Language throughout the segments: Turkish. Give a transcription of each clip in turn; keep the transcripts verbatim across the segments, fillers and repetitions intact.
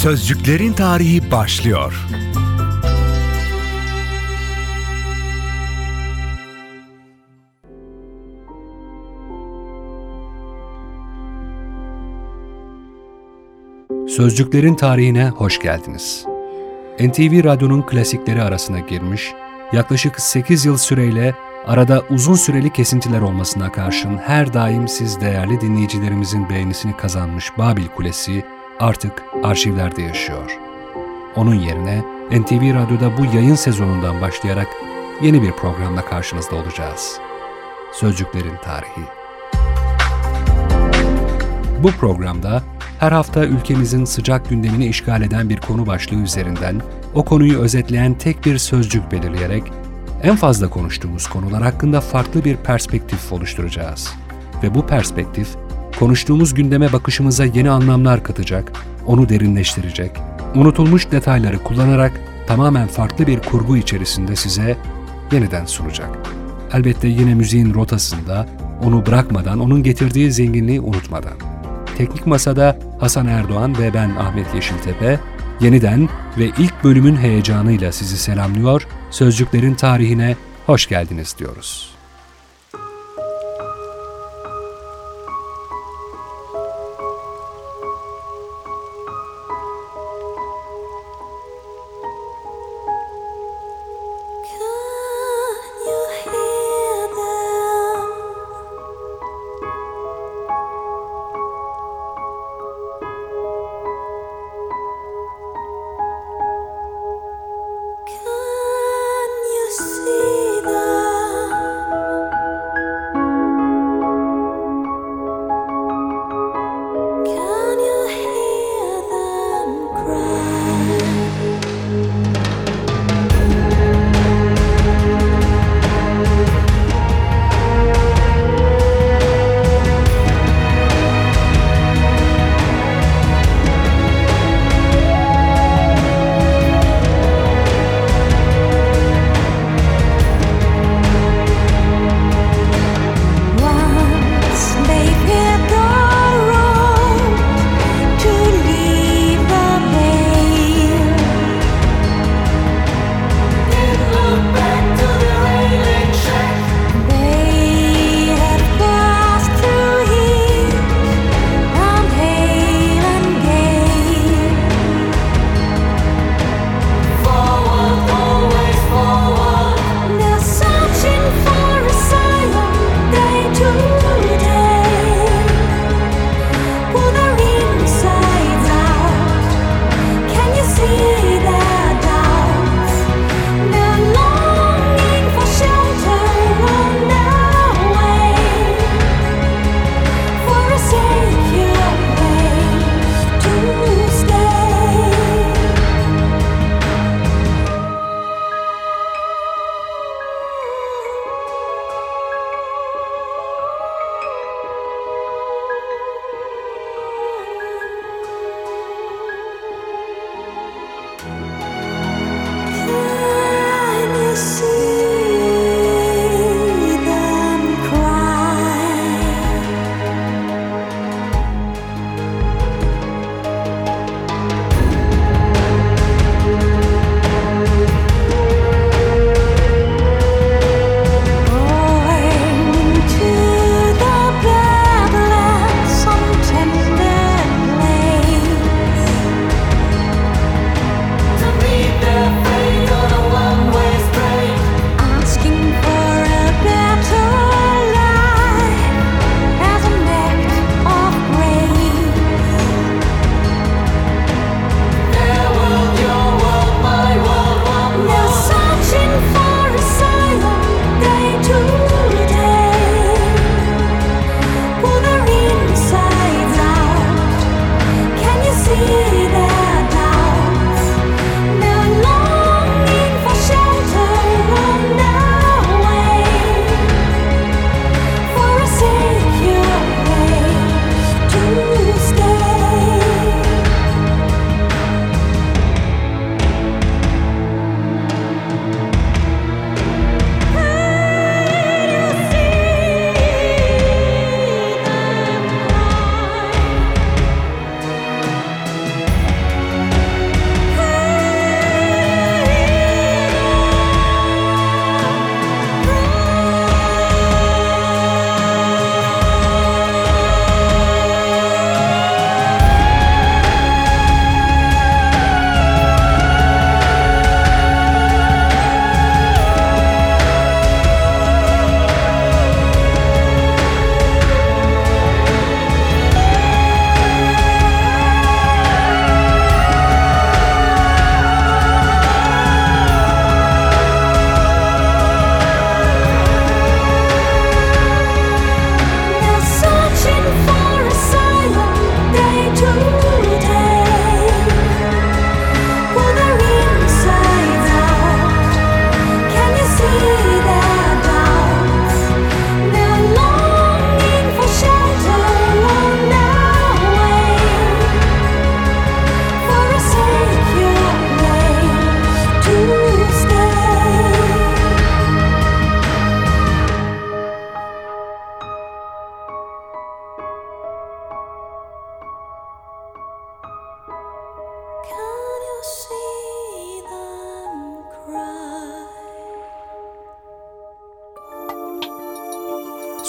Sözcüklerin tarihi başlıyor. Sözcüklerin tarihine hoş geldiniz. N T V Radyo'nun klasikleri arasına girmiş, yaklaşık sekiz yıl süreyle arada uzun süreli kesintiler olmasına karşın her daim siz değerli dinleyicilerimizin beğenisini kazanmış Babil Kulesi artık arşivlerde yaşıyor. Onun yerine N T V Radyo'da bu yayın sezonundan başlayarak yeni bir programla karşınızda olacağız. Sözcüklerin tarihi. Bu programda her hafta ülkemizin sıcak gündemini işgal eden bir konu başlığı üzerinden o konuyu özetleyen tek bir sözcük belirleyerek en fazla konuştuğumuz konular hakkında farklı bir perspektif oluşturacağız. Ve bu perspektif, konuştuğumuz gündeme bakışımıza yeni anlamlar katacak, onu derinleştirecek, unutulmuş detayları kullanarak tamamen farklı bir kurgu içerisinde size yeniden sunacak. Elbette yine müziğin rotasında, onu bırakmadan, onun getirdiği zenginliği unutmadan. Teknik Masa'da Hasan Erdoğan ve ben Ahmet Yeşiltepe, yeniden ve ilk bölümün heyecanıyla sizi selamlıyor, sözcüklerin tarihine hoş geldiniz diyoruz.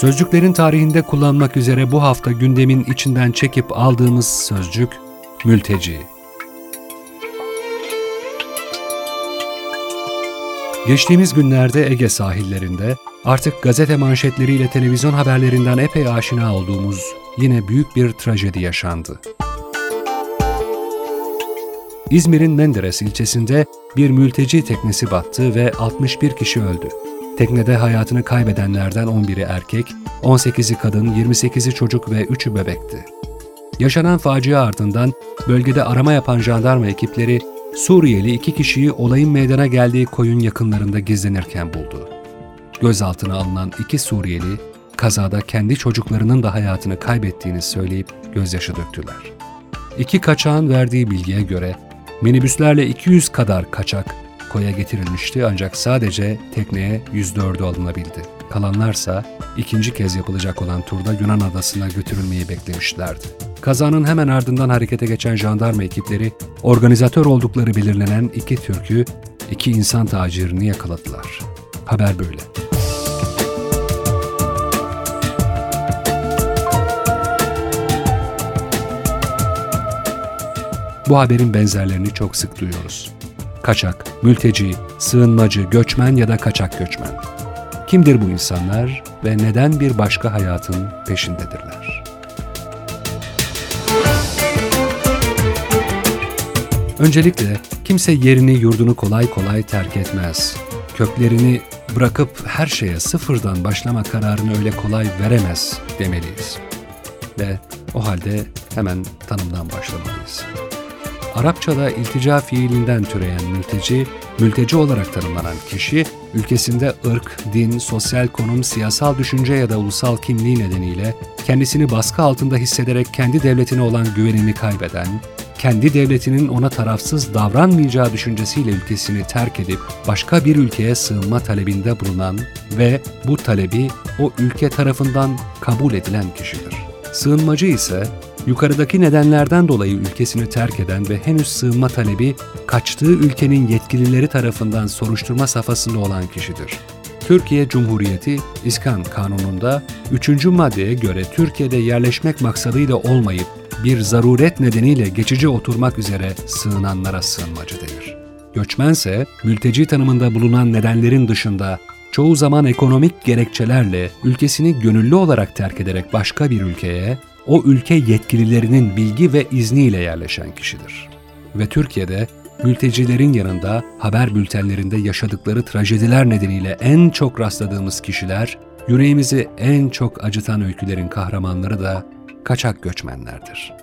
Sözcüklerin tarihinde kullanmak üzere bu hafta gündemin içinden çekip aldığımız sözcük mülteci. Geçtiğimiz günlerde Ege sahillerinde artık gazete manşetleriyle televizyon haberlerinden epey aşina olduğumuz yine büyük bir trajedi yaşandı. İzmir'in Menderes ilçesinde bir mülteci teknesi battı ve altmış bir kişi öldü. Teknede hayatını kaybedenlerden on biri erkek, on sekizi kadın, yirmi sekizi çocuk ve üçü bebekti. Yaşanan facia ardından bölgede arama yapan jandarma ekipleri Suriyeli iki kişiyi olayın meydana geldiği koyun yakınlarında gizlenirken buldu. Gözaltına alınan iki Suriyeli, kazada kendi çocuklarının da hayatını kaybettiğini söyleyip gözyaşı döktüler. İki kaçağın verdiği bilgiye göre minibüslerle iki yüz kadar kaçak koya getirilmişti ancak sadece tekneye yüz dördü alınabildi. Kalanlarsa ikinci kez yapılacak olan turda Yunan adasına götürülmeyi beklemişlerdi. Kazanın hemen ardından harekete geçen jandarma ekipleri organizatör oldukları belirlenen iki Türk'ü, iki insan tacirini yakaladılar. Haber böyle. Bu haberin benzerlerini çok sık duyuyoruz. Kaçak, mülteci, sığınmacı, göçmen ya da kaçak göçmen. Kimdir bu insanlar ve neden bir başka hayatın peşindedirler? Öncelikle kimse yerini, yurdunu kolay kolay terk etmez. Köklerini bırakıp her şeye sıfırdan başlama kararını öyle kolay veremez demeliyiz. Ve o halde hemen tanımdan başlamalıyız. Arapçada iltica fiilinden türeyen mülteci, mülteci olarak tanımlanan kişi, ülkesinde ırk, din, sosyal konum, siyasal düşünce ya da ulusal kimliği nedeniyle kendisini baskı altında hissederek kendi devletine olan güvenini kaybeden, kendi devletinin ona tarafsız davranmayacağı düşüncesiyle ülkesini terk edip başka bir ülkeye sığınma talebinde bulunan ve bu talebi o ülke tarafından kabul edilen kişidir. Sığınmacı ise yukarıdaki nedenlerden dolayı ülkesini terk eden ve henüz sığınma talebi kaçtığı ülkenin yetkilileri tarafından soruşturma safhasında olan kişidir. Türkiye Cumhuriyeti İskan Kanunu'nda üçüncü maddeye göre Türkiye'de yerleşmek maksadıyla olmayıp bir zaruret nedeniyle geçici oturmak üzere sığınanlara sığınmacı denir. Göçmense mülteci tanımında bulunan nedenlerin dışında çoğu zaman ekonomik gerekçelerle ülkesini gönüllü olarak terk ederek başka bir ülkeye, o ülke yetkililerinin bilgi ve izniyle yerleşen kişidir. Ve Türkiye'de mültecilerin yanında haber bültenlerinde yaşadıkları trajediler nedeniyle en çok rastladığımız kişiler, yüreğimizi en çok acıtan öykülerin kahramanları da kaçak göçmenlerdir.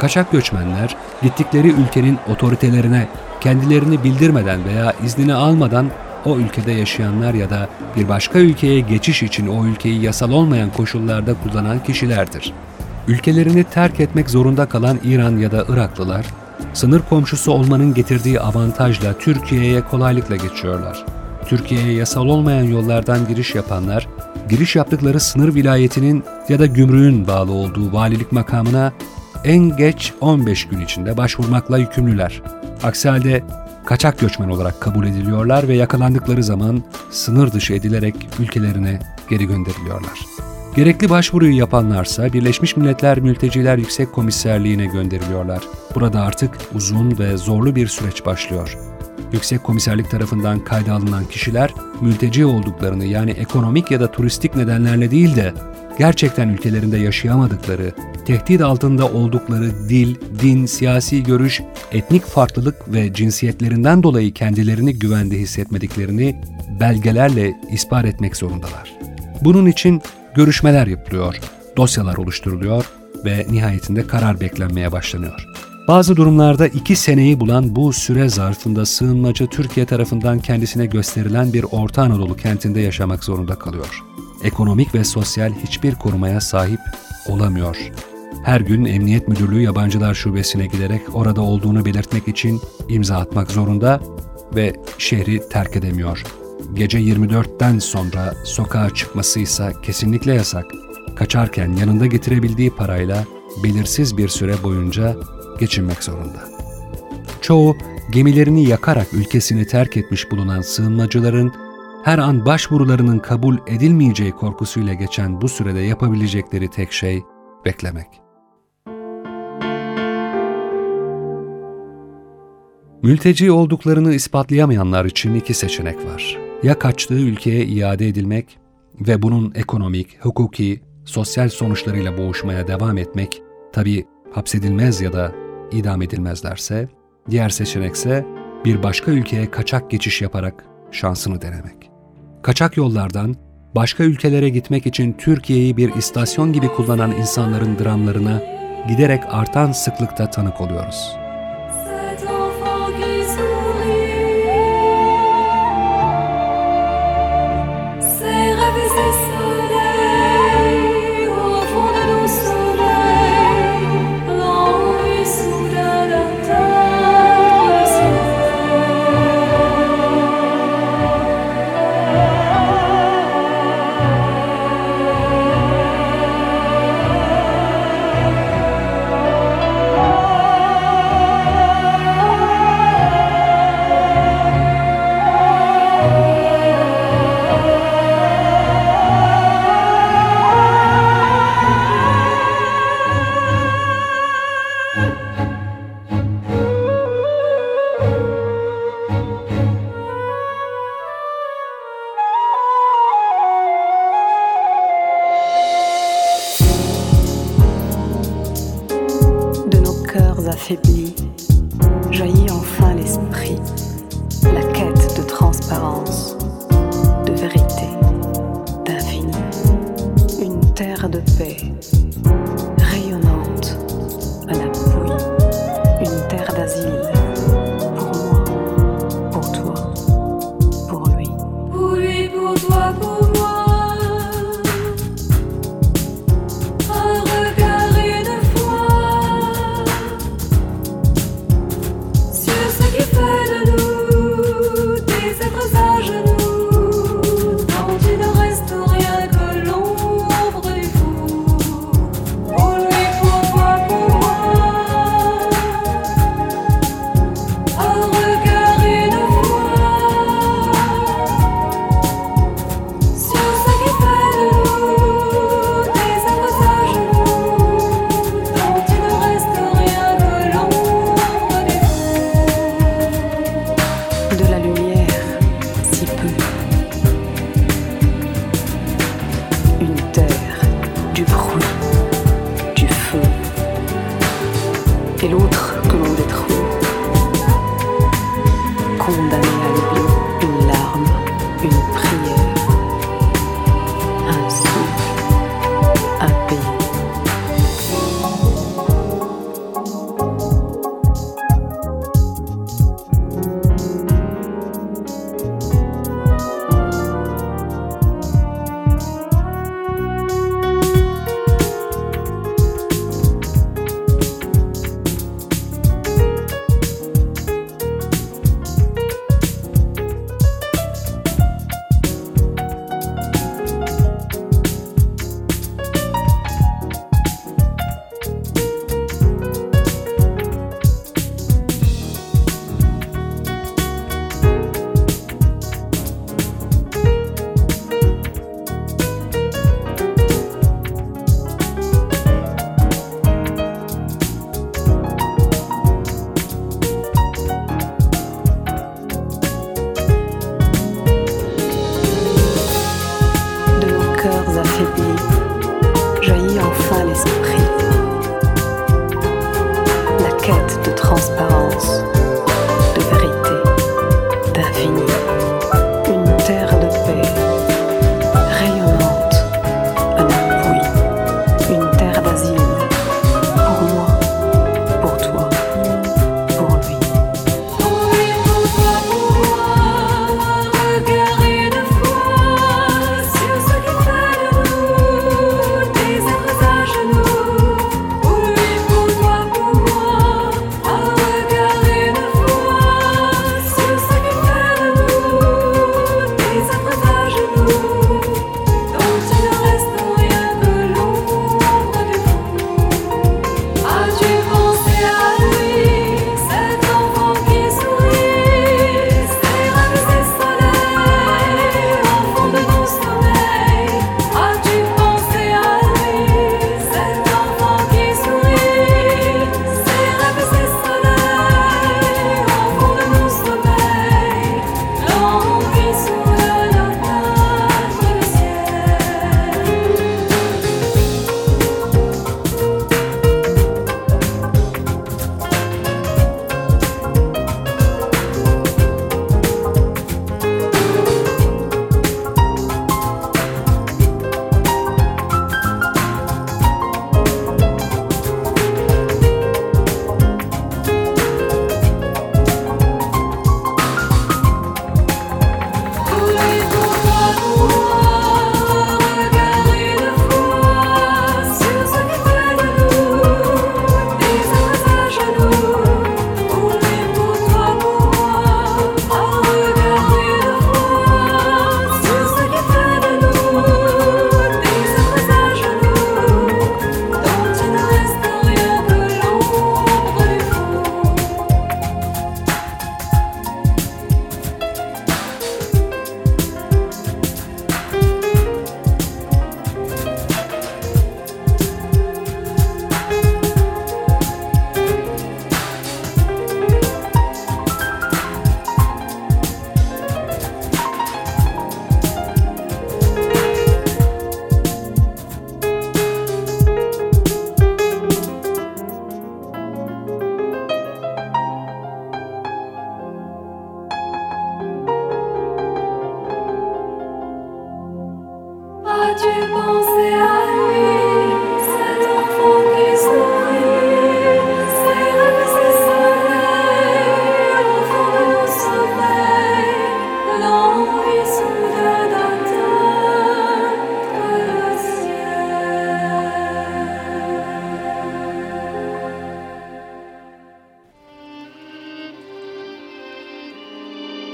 Kaçak göçmenler gittikleri ülkenin otoritelerine kendilerini bildirmeden veya iznini almadan o ülkede yaşayanlar ya da bir başka ülkeye geçiş için o ülkeyi yasal olmayan koşullarda kullanan kişilerdir. Ülkelerini terk etmek zorunda kalan İran ya da Iraklılar, sınır komşusu olmanın getirdiği avantajla Türkiye'ye kolaylıkla geçiyorlar. Türkiye'ye yasal olmayan yollardan giriş yapanlar, giriş yaptıkları sınır vilayetinin ya da gümrüğün bağlı olduğu valilik makamına en geç on beş gün içinde başvurmakla yükümlüler. Aksi halde kaçak göçmen olarak kabul ediliyorlar ve yakalandıkları zaman sınır dışı edilerek ülkelerine geri gönderiliyorlar. Gerekli başvuruyu yapanlarsa Birleşmiş Milletler Mülteciler Yüksek Komiserliğine gönderiliyorlar. Burada artık uzun ve zorlu bir süreç başlıyor. Yüksek Komiserlik tarafından kayda alınan kişiler mülteci olduklarını, yani ekonomik ya da turistik nedenlerle değil de gerçekten ülkelerinde yaşayamadıkları, tehdit altında oldukları dil, din, siyasi görüş, etnik farklılık ve cinsiyetlerinden dolayı kendilerini güvende hissetmediklerini belgelerle ispat etmek zorundalar. Bunun için görüşmeler yapılıyor, dosyalar oluşturuluyor ve nihayetinde karar beklenmeye başlanıyor. Bazı durumlarda iki seneyi bulan bu süre zarfında sığınmacı Türkiye tarafından kendisine gösterilen bir Orta Anadolu kentinde yaşamak zorunda kalıyor. Ekonomik ve sosyal hiçbir korumaya sahip olamıyor. Her gün Emniyet Müdürlüğü Yabancılar Şubesi'ne giderek orada olduğunu belirtmek için imza atmak zorunda ve şehri terk edemiyor. Gece yirmi dörtten sonra sokağa çıkması ise kesinlikle yasak. Kaçarken yanında getirebildiği parayla belirsiz bir süre boyunca geçinmek zorunda. Çoğu gemilerini yakarak ülkesini terk etmiş bulunan sığınmacıların her an başvurularının kabul edilmeyeceği korkusuyla geçen bu sürede yapabilecekleri tek şey beklemek. Mülteci olduklarını ispatlayamayanlar için iki seçenek var. Ya kaçtığı ülkeye iade edilmek ve bunun ekonomik, hukuki, sosyal sonuçlarıyla boğuşmaya devam etmek, tabii hapsedilmez ya da idam edilmezlerse, diğer seçenekse bir başka ülkeye kaçak geçiş yaparak şansını denemek. Kaçak yollardan başka ülkelere gitmek için Türkiye'yi bir istasyon gibi kullanan insanların dramlarına giderek artan sıklıkta tanık oluyoruz. Affaibli, jaillit enfin l'esprit, la quête de transparence, de vérité, d'infini, une terre de paix, rayonnante, un appui, une terre d'asile, pour moi, pour toi, pour lui. Pour lui, pour toi, pour moi. Et l'autre que l'on détruit, condamné à l'oubli, une larme, une prière, un souffle, un pays.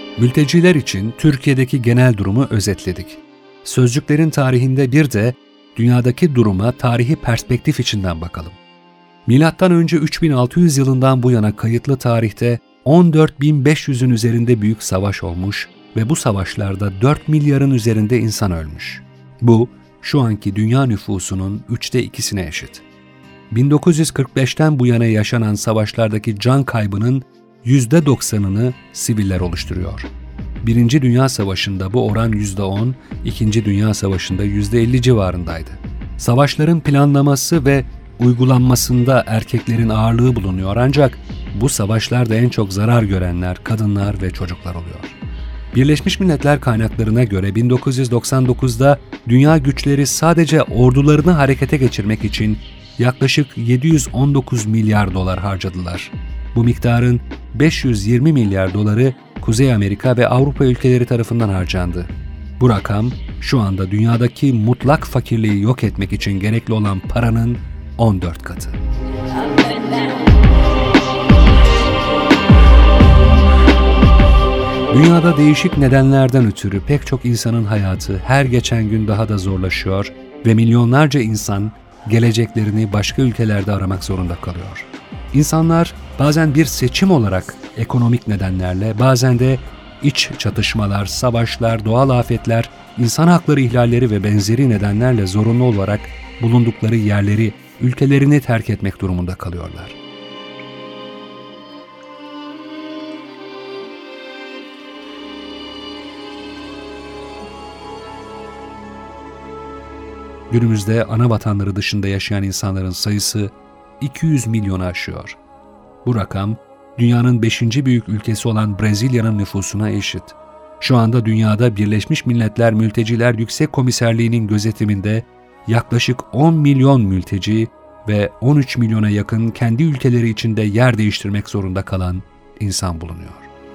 Mülteciler için Türkiye'deki genel durumu özetledik. Sözcüklerin tarihinde bir de dünyadaki duruma tarihi perspektif içinden bakalım. Milattan önce üç bin altı yüz yılından bu yana kayıtlı tarihte on dört bin beş yüzün üzerinde büyük savaş olmuş ve bu savaşlarda dört milyarın üzerinde insan ölmüş. Bu, şu anki dünya nüfusunun üçte ikisine eşit. bin dokuz yüz kırk beşten bu yana yaşanan savaşlardaki can kaybının yüzde doksanını siviller oluşturuyor. Birinci Dünya Savaşı'nda bu oran yüzde on, İkinci Dünya Savaşı'nda yüzde elli civarındaydı. Savaşların planlaması ve uygulanmasında erkeklerin ağırlığı bulunuyor ancak bu savaşlarda en çok zarar görenler kadınlar ve çocuklar oluyor. Birleşmiş Milletler kaynaklarına göre bin dokuz yüz doksan dokuzda dünya güçleri sadece ordularını harekete geçirmek için yaklaşık yedi yüz on dokuz milyar dolar harcadılar. Bu miktarın beş yüz yirmi milyar doları Kuzey Amerika ve Avrupa ülkeleri tarafından harcandı. Bu rakam şu anda dünyadaki mutlak fakirliği yok etmek için gerekli olan paranın on dört katı. Dünyada değişik nedenlerden ötürü pek çok insanın hayatı her geçen gün daha da zorlaşıyor ve milyonlarca insan geleceklerini başka ülkelerde aramak zorunda kalıyor. İnsanlar bazen bir seçim olarak ekonomik nedenlerle, bazen de iç çatışmalar, savaşlar, doğal afetler, insan hakları ihlalleri ve benzeri nedenlerle zorunlu olarak bulundukları yerleri, ülkelerini terk etmek durumunda kalıyorlar. Günümüzde ana vatanları dışında yaşayan insanların sayısı iki yüz milyonu aşıyor. Bu rakam, dünyanın beşinci büyük ülkesi olan Brezilya'nın nüfusuna eşit. Şu anda dünyada Birleşmiş Milletler Mülteciler Yüksek Komiserliği'nin gözetiminde yaklaşık on milyon mülteci ve on üç milyona yakın kendi ülkeleri içinde yer değiştirmek zorunda kalan insan bulunuyor.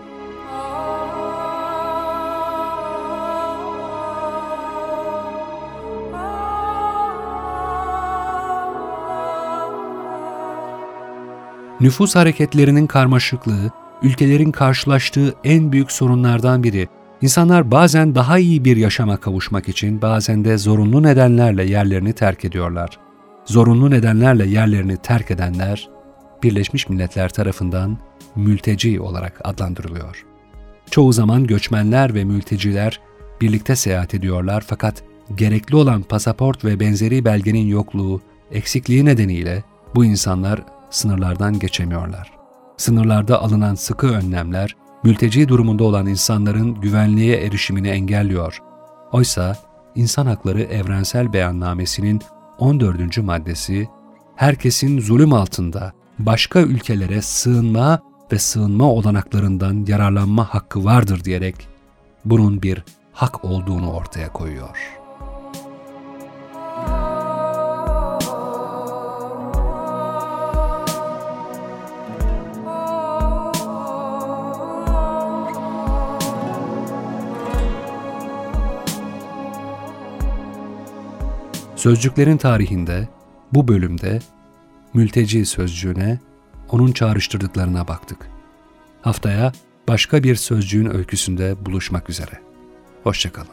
Nüfus hareketlerinin karmaşıklığı, ülkelerin karşılaştığı en büyük sorunlardan biri. İnsanlar bazen daha iyi bir yaşama kavuşmak için bazen de zorunlu nedenlerle yerlerini terk ediyorlar. Zorunlu nedenlerle yerlerini terk edenler, Birleşmiş Milletler tarafından mülteci olarak adlandırılıyor. Çoğu zaman göçmenler ve mülteciler birlikte seyahat ediyorlar fakat gerekli olan pasaport ve benzeri belgenin yokluğu, eksikliği nedeniyle bu insanlar sınırlardan geçemiyorlar. Sınırlarda alınan sıkı önlemler, mülteci durumunda olan insanların güvenliğe erişimini engelliyor. Oysa İnsan Hakları Evrensel Beyannamesi'nin on dördüncü maddesi, herkesin zulüm altında başka ülkelere sığınma ve sığınma olanaklarından yararlanma hakkı vardır diyerek bunun bir hak olduğunu ortaya koyuyor. Sözcüklerin tarihinde bu bölümde mülteci sözcüğüne, onun çağrıştırdıklarına baktık. Haftaya başka bir sözcüğün öyküsünde buluşmak üzere. Hoşça kalın.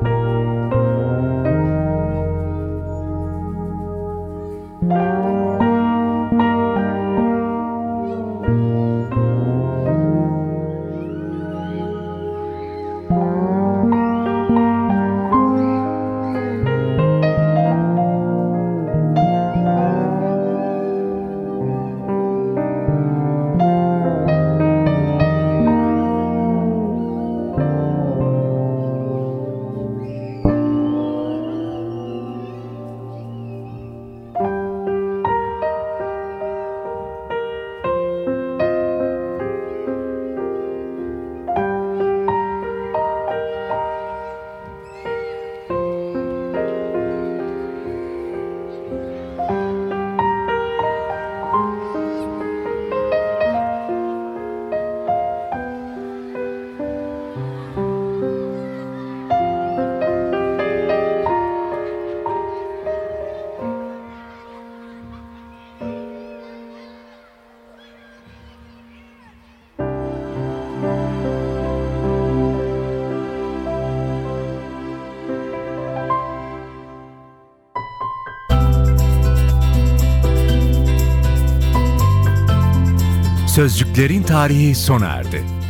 Sözcüklerin tarihi sona erdi.